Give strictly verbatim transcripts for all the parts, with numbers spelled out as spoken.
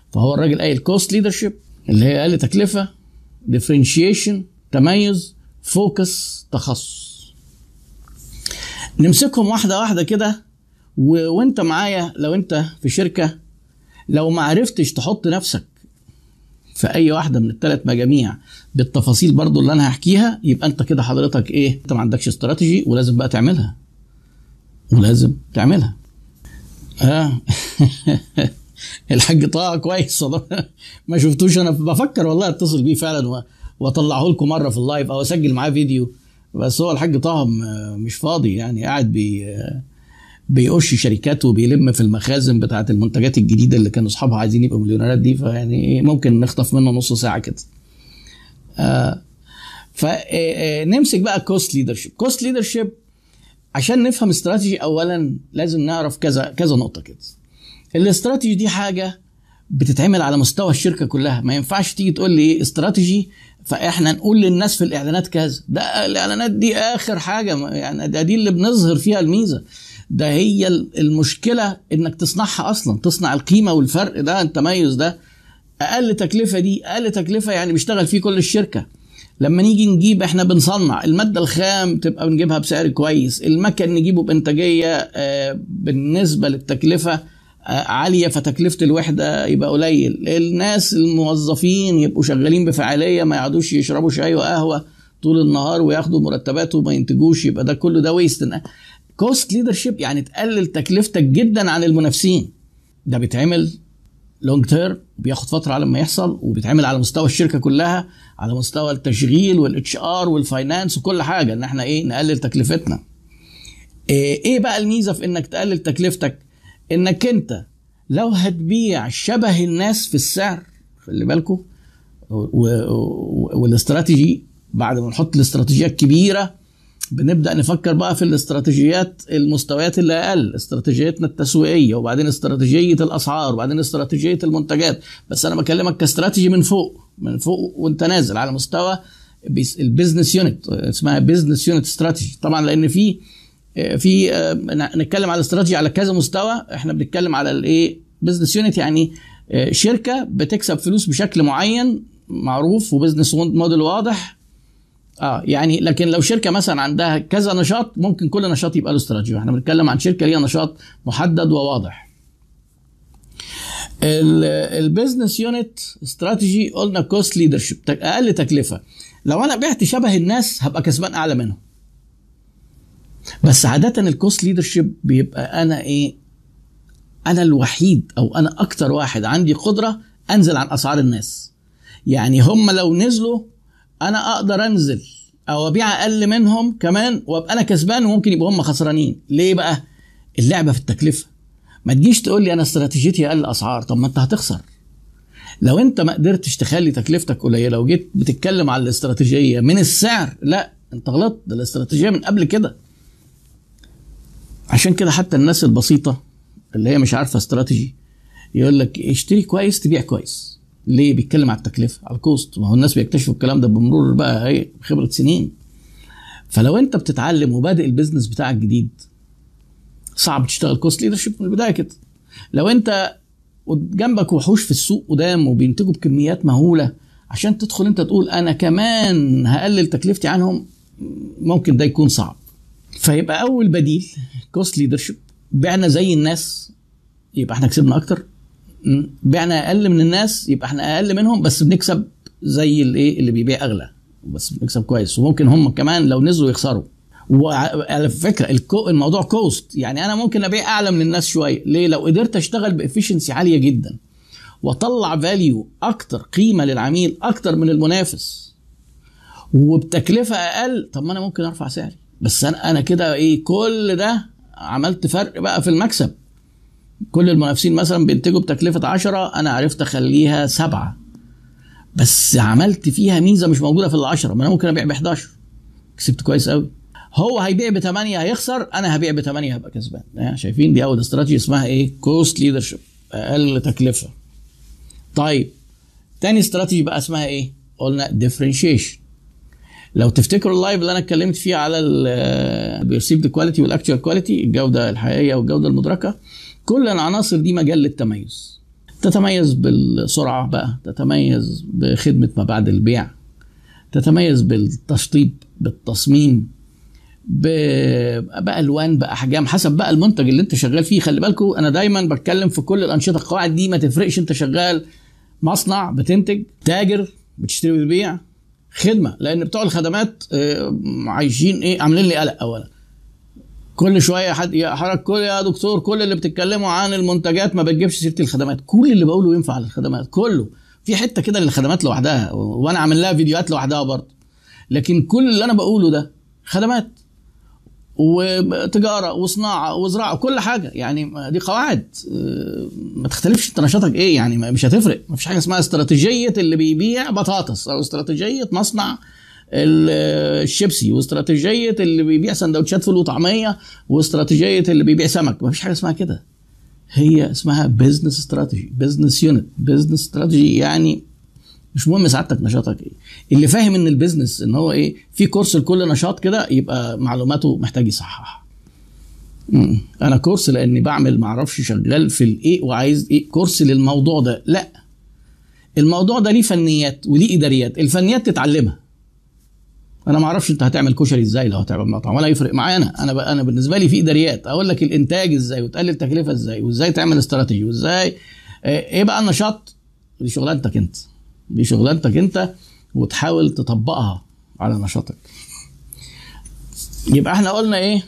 فهو الراجل قايل كوست ليدرشيب اللي هي اقل تكلفه، ديفرنشيشن تميز، فوكس تخصص. نمسكهم واحده واحده كده. و... وانت معايا لو انت في شركه، لو ما عرفتش تحط نفسك في اي واحده من الثلاث مجاميع بالتفاصيل برضو اللي انا هحكيها، يبقى انت كده حضرتك ايه؟ انت ما عندكش استراتيجي، ولازم بقى تعملها ولازم تعملها. اه الحاج طه كويس والله ما شفتوش، انا بفكر والله اتصل بيه فعلا واطلعه لكم مره في اللايف او اسجل معاه فيديو، بس هو الحاج طه مش فاضي يعني، قاعد بي بيقش شركات وبيلم في المخازن بتاعه المنتجات الجديده اللي كانوا اصحابها عايزين يبقوا مليونيرات دي، فيعني ممكن نخطف منه نص ساعه كده. آه فنمسك بقى كوست ليدرشيب. كوست ليدرشيب عشان نفهم استراتيجي اولا لازم نعرف كذا كذا نقطه كده. الاستراتيجي دي حاجه بتتعمل على مستوى الشركه كلها، ما ينفعش تيجي تقول لي استراتيجي فاحنا نقول للناس في الاعلانات كذا، ده الاعلانات دي اخر حاجه يعني، ده دي اللي بنظهر فيها الميزه، ده هي المشكله انك تصنعها اصلا، تصنع القيمه والفرق ده، التميز ده. اقل تكلفه دي اقل تكلفه يعني بيشتغل فيه كل الشركه. لما نيجي نجيب، احنا بنصنع الماده الخام تبقى بنجيبها بسعر كويس، المكن نجيبه بانتاجيه بالنسبه للتكلفه عاليه فتكلفه الوحده يبقى قليل، الناس الموظفين يبقوا شغالين بفعاليه، ما يقعدوش يشربوا شاي وقهوه طول النهار وياخدوا مرتبات وما ينتجوش، يبقى ده كله ده ويست. كوست ليدرشيب يعني تقلل تكلفتك جدا عن المنافسين. ده بيتعمل لونج تيرم، بياخد فتره على ما يحصل، وبيتعمل على مستوى الشركه كلها، على مستوى التشغيل والاتش ار والفاينانس وكل حاجه، ان احنا ايه نقلل تكلفتنا. ايه بقى الميزه في انك تقلل تكلفتك؟ انك انت لو هتبيع شبه الناس في السعر، خلي بالكم، والاستراتيجي بعد ما نحط الاستراتيجيات الكبيره بنبدأ نفكر بقى في الاستراتيجيات المستويات اللي أقل، استراتيجيتنا التسويقية، وبعدين استراتيجية الأسعار، وبعدين استراتيجية المنتجات. بس أنا بكلمك كاستراتيجي من فوق من فوق وانت نازل على مستوى البيزنس يونت، اسمها بيزنس يونت استراتيجي. طبعا لأن في في نتكلم على استراتيجي على كذا مستوى، احنا بنتكلم على الايه بيزنس يونت، يعني شركة بتكسب فلوس بشكل معين معروف وبيزنس موديل واضح. اه يعني لكن لو شركه مثلا عندها كذا نشاط، ممكن كل نشاط يبقى له استراتيجي، احنا بنتكلم عن شركه ليها نشاط محدد وواضح. البيزنس يونت استراتيجي قلنا كوست ليدرشيب، اقل تكلفه. لو انا بعت شبه الناس هبقى كسبان اعلى منهم، بس عاده الكوست ليدرشيب بيبقى انا ايه انا الوحيد او انا اكتر واحد عندي قدره انزل عن اسعار الناس. يعني هم لو نزلوا انا اقدر انزل او ابيع اقل منهم كمان وابقى انا كسبان، وممكن يبقوا هم خسرانين. ليه بقى؟ اللعبه في التكلفه. ما تجيش تقول لي انا استراتيجيتي اقل اسعار، طب ما انت هتخسر لو انت ما قدرتش تخلي تكلفتك قليله وجيت بتتكلم على الاستراتيجيه من السعر. لا انت غلطت، ده الاستراتيجيه من قبل كده. عشان كده حتى الناس البسيطه اللي هي مش عارفه استراتيجي يقول لك اشتري كويس تبيع كويس. ليه؟ بيتكلم على التكلفه، على الكوست. ما هو الناس بيكتشفوا الكلام ده بمرور بقى هي خبره سنين. فلو انت بتتعلم وبادئ البيزنس بتاعك جديد، صعب تشتغل كوست ليدرشيب من البدايه كده. لو انت جنبك وحوش في السوق قدام وبينتجوا بكميات مهوله، عشان تدخل انت تقول انا كمان هقلل تكلفتي عنهم، ممكن ده يكون صعب. فيبقى اول بديل كوست ليدرشيب. بعنا زي الناس يبقى احنا كسبنا اكتر، بعنا اقل من الناس يبقى احنا اقل منهم بس بنكسب زي الايه اللي بيبيع اغلى، بس بنكسب كويس. وممكن هم كمان لو نزلوا يخسروا. وعلى فكره الموضوع كوست، يعني انا ممكن ابيع اعلى من الناس شويه. ليه؟ لو قدرت اشتغل بافيشنسي عاليه جدا واطلع فاليو اكتر، قيمه للعميل اكتر من المنافس وبتكلفه اقل، طب ما انا ممكن ارفع سعري. بس انا انا كده ايه كل ده عملت فرق بقى في المكسب. كل المنافسين مثلا بينتجوا بتكلفة عشرة، أنا عرفت أخليها سبعة، بس عملت فيها ميزة مش موجودة في العشرة. ما أنا ممكن أبيع بحداشر، كسبت كويس قوي. هو هيبيع بثمانية هيخسر، أنا هبيع بثمانية هبقى كسبان. يعني شايفين دي أول استراتيجي اسمها إيه؟ كوست ليدرشيب، أقل تكلفة. طيب تاني استراتيجي بقى اسمها إيه؟ قلنا ديفرنشيشن. لو تفتكروا اللايف اللي أنا اتكلمت فيه على البيرسيفد كواليتي والأكتشوال كواليتي، الجودة الحقيقية والجودة المدركة، كل العناصر دي مجال للتميز. تتميز بالسرعة بقى، تتميز بخدمة ما بعد البيع، تتميز بالتشطيب، بالتصميم، بألوان، بأحجام، حسب بقى المنتج اللي انت شغال فيه. خلي بالكوا انا دايما بتكلم في كل الأنشطة القواعد دي ما تفرقش انت شغال مصنع بتنتج، تاجر بتشتري وتبيع، خدمة. لان بتوع الخدمات عايشين ايه، عاملين لي قلق. اولا كل شويه حد يا حضرتك، كل يا دكتور كل اللي بتتكلموا عن المنتجات ما بتجيبش سيره الخدمات. كل اللي بقوله ينفع للخدمات كله، في حته كده للخدمات لوحدها وانا عامل لها فيديوهات لوحدها برضه، لكن كل اللي انا بقوله ده خدمات وتجاره وصناعه وزراعه وكل حاجه. يعني دي قواعد ما تختلفش انت نشاطك ايه، يعني مش هتفرق. ما فيش حاجه اسمها استراتيجيه اللي بيبيع بطاطس او استراتيجيه مصنع الشيبسي واستراتيجيه اللي بيبيع سندوتشات فول وطعميه واستراتيجيه اللي بيبيع سمك. ما فيش حاجه اسمها كده، هي اسمها بيزنس استراتيجي، بيزنس يونت، بيزنس استراتيجي. يعني مش مهم سعادتك نشاطك ايه. اللي فاهم ان البيزنس ان هو ايه، في كورس لكل نشاط كده، يبقى معلوماته محتاج يصحح. انا كورس لاني بعمل معرفش شغال في الايه وعايز ايه كورس للموضوع ده، لا، الموضوع ده ليه فنيات وليه اداريات. الفنيات تتعلمها. انا ما اعرفش انت هتعمل كشري ازاي لو هتعمل مطعم، ولا يفرق معايا. انا انا انا بالنسبه لي في اداريات، اقول لك الانتاج ازاي وتقلل تكلفه ازاي وازاي تعمل استراتيجي وازاي ايه بقى النشاط. دي شغلانتك انت، دي شغلانتك انت، وتحاول تطبقها على نشاطك. يبقى احنا قلنا ايه؟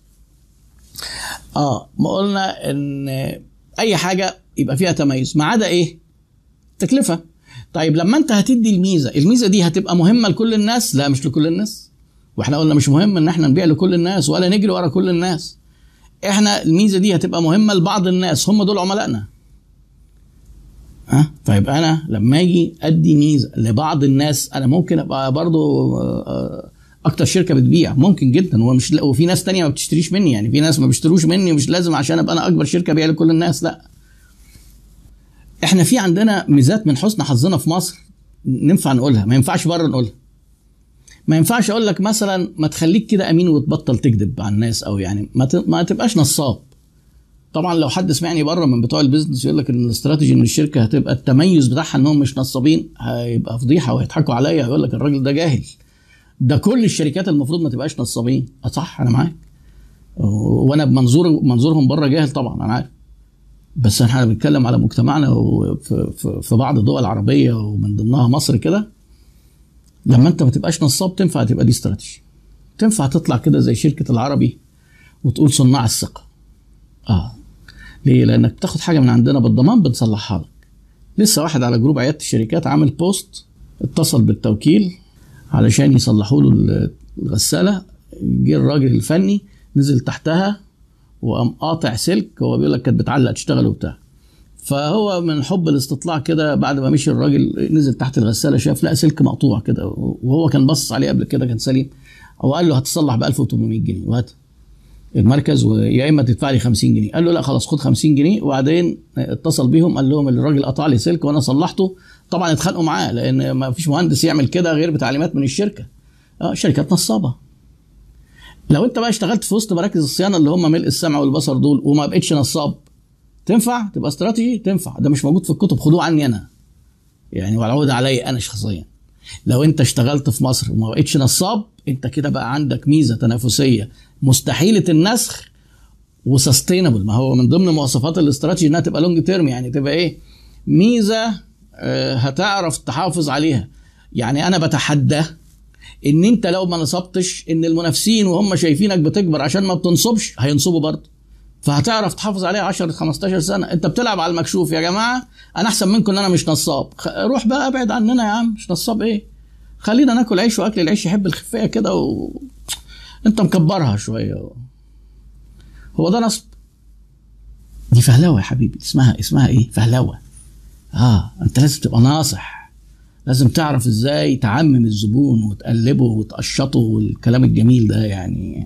اه ما قلنا ان اي حاجه يبقى فيها تميز ما عدا ايه؟ تكلفه. طيب لما انت هتدي الميزه، الميزه دي هتبقى مهمه لكل الناس؟ لا مش لكل الناس. واحنا قلنا مش مهم ان احنا نبيع لكل الناس ولا نجري ورا كل الناس. احنا الميزه دي هتبقى مهمه لبعض الناس، هم دول عملائنا. ها طيب انا لما اجي ادي ميزه لبعض الناس، انا ممكن ابقى برضو اكتر شركه بتبيع، ممكن جدا، ومش وفي ناس تانية ما بتشتريش مني. يعني في ناس ما بيشتروش مني، مش لازم عشان ابقى انا اكبر شركه ابيع لكل الناس، لا. احنا في عندنا ميزات من حسن حظنا في مصر ننفع نقولها، ما ينفعش بره نقولها. ما ينفعش اقول لك مثلا ما تخليك كده امين وتبطل تكذب على الناس، او يعني ما ما تبقاش نصاب. طبعا لو حد سمعني بره من بتوع البيزنس يقول لك ان الاستراتيجي ان الشركه هتبقى التميز بتاعها انهم مش نصابين، هيبقى فضيحه وهيضحكوا عليا، هيقول لك الراجل ده جاهل، ده كل الشركات المفروض ما تبقاش نصابين. صح انا معاك، وانا بمنظور منظورهم بره جاهل طبعا انا عارف، بس احنا بنتكلم على مجتمعنا وفي في بعض الدول العربيه ومن ضمنها مصر كده. لما انت ما تبقاش نصاب تنفع تبقى دي استراتيجي، تنفع تطلع كده زي شركه العربي وتقول صناع الثقه. اه ليه؟ لانك بتاخد حاجه من عندنا بالضمان بنصلحها لك. لسه واحد على جروب عياده الشركات عامل بوست، اتصل بالتوكيل علشان يصلحوا له الغساله، جه الراجل الفني نزل تحتها وقام قاطع سلك، هو بيقول لك كانت بتعلق تشتغل وبتاع. فهو من حب الاستطلاع كده بعد ما مشي الراجل نزل تحت الغساله، شاف لا سلك مقطوع كده، وهو كان بص عليه قبل كده كان سليم. هو قال له هتصلح ب ألف وثمانمائة جنيه وهات المركز، ويا اما تدفع لي خمسين جنيه. قال له لا خلاص خد خمسين جنيه. وبعدين اتصل بيهم قال لهم الراجل قطع لي سلك وانا صلحته. طبعا اتخانقوا معاه لان ما فيش مهندس يعمل كده غير بتعليمات من الشركه. اه شركات نصابه. لو انت بقى اشتغلت في وسط مراكز الصيانه اللي هم ملء السمع والبصر دول وما بقتش نصاب، تنفع تبقى استراتيجي؟ تنفع. ده مش موجود في الكتب، خدوه عني انا يعني، والعود علي انا شخصيا. لو انت اشتغلت في مصر وما بقتش نصاب، انت كده بقى عندك ميزه تنافسيه مستحيله النسخ وسستينبل. ما هو من ضمن مواصفات الاستراتيجي انها تبقى لونج تيرم، يعني تبقى ايه، ميزه اه هتعرف تحافظ عليها. يعني انا بتحدى ان انت لو ما نصبتش، ان المنافسين وهم شايفينك بتكبر عشان ما بتنصبش هينصبوا برضه، فهتعرف تحافظ عليها عشرة خمستاشر سنه. انت بتلعب على المكشوف يا جماعه، انا احسن منكم ان انا مش نصاب. روح بقى ابعد عننا يا عم، مش نصاب ايه، خلينا ناكل عيش، واكل العيش يحب الخفيه كده و... انت مكبرها شويه. هو ده نصب؟ دي فهلوه يا حبيبي، اسمها اسمها ايه، فهلوه. اه انت لازم تبقى ناصح، لازم تعرف ازاي تعمم الزبون وتقلبه وتقشطه والكلام الجميل ده يعني.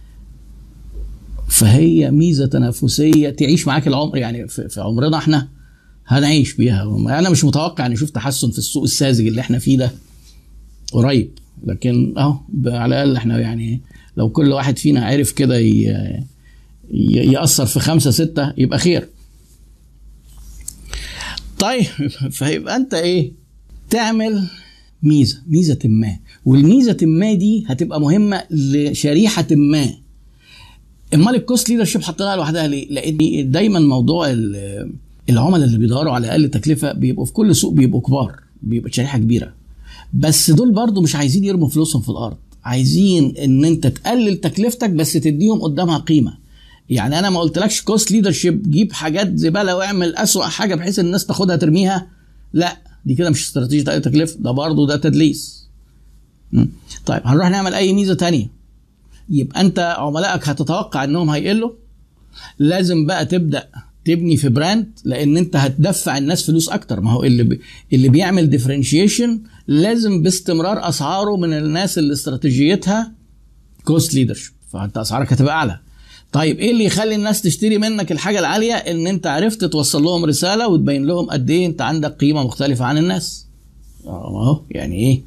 فهي ميزه تنافسيه تعيش معاك العمر، يعني في عمرنا احنا هنعيش بيها. انا مش متوقع ان اشوف تحسن في السوق الساذج اللي احنا فيه ده قريب، لكن اهو على الاقل احنا يعني لو كل واحد فينا عرف كده يأثر في خمسة ستة يبقى خير. طيب فيبقى انت ايه؟ تعمل ميزه ميزه ما، والميزه ما دي هتبقى مهمه لشريحه ما. امال الكوست ليدرشيب حطيناها لوحدها ليه؟ لان دايما موضوع العملاء اللي بيدوروا على اقل تكلفه بيبقوا في كل سوق بيبقوا كبار، بيبقى شريحه كبيره، بس دول برضو مش عايزين يرموا فلوسهم في الارض، عايزين ان انت تقلل تكلفتك بس تديهم قدامها قيمه. يعني انا ما قلتلكش كوست ليدرشيب جيب حاجات زباله واعمل اسوأ حاجه بحيث الناس تاخدها ترميها، لا دي كده مش استراتيجيه تقليل تكلفه، ده برضو ده تدليس. طيب هنروح نعمل اي ميزه تانية، يبقى انت عملائك هتتوقع انهم هيقلوا، لازم بقى تبدا تبني في براند، لان انت هتدفع الناس فلوس اكتر. ما هو اللي بي اللي بيعمل ديفرنشيشن لازم باستمرار اسعاره من الناس اللي استراتيجيتها كوست ليدرشيب، فانت اسعارك هتبقى اعلى. طيب ايه اللي يخلي الناس تشتري منك الحاجه العاليه؟ ان انت عرفت توصل لهم رساله وتبين لهم قد ايه انت عندك قيمه مختلفه عن الناس. اهو يعني ايه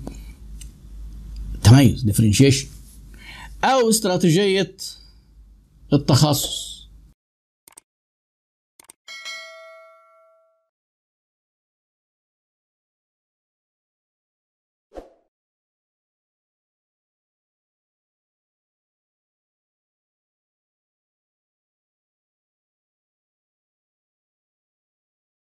تميز، ديفرنشيشن. او استراتيجيه التخصص،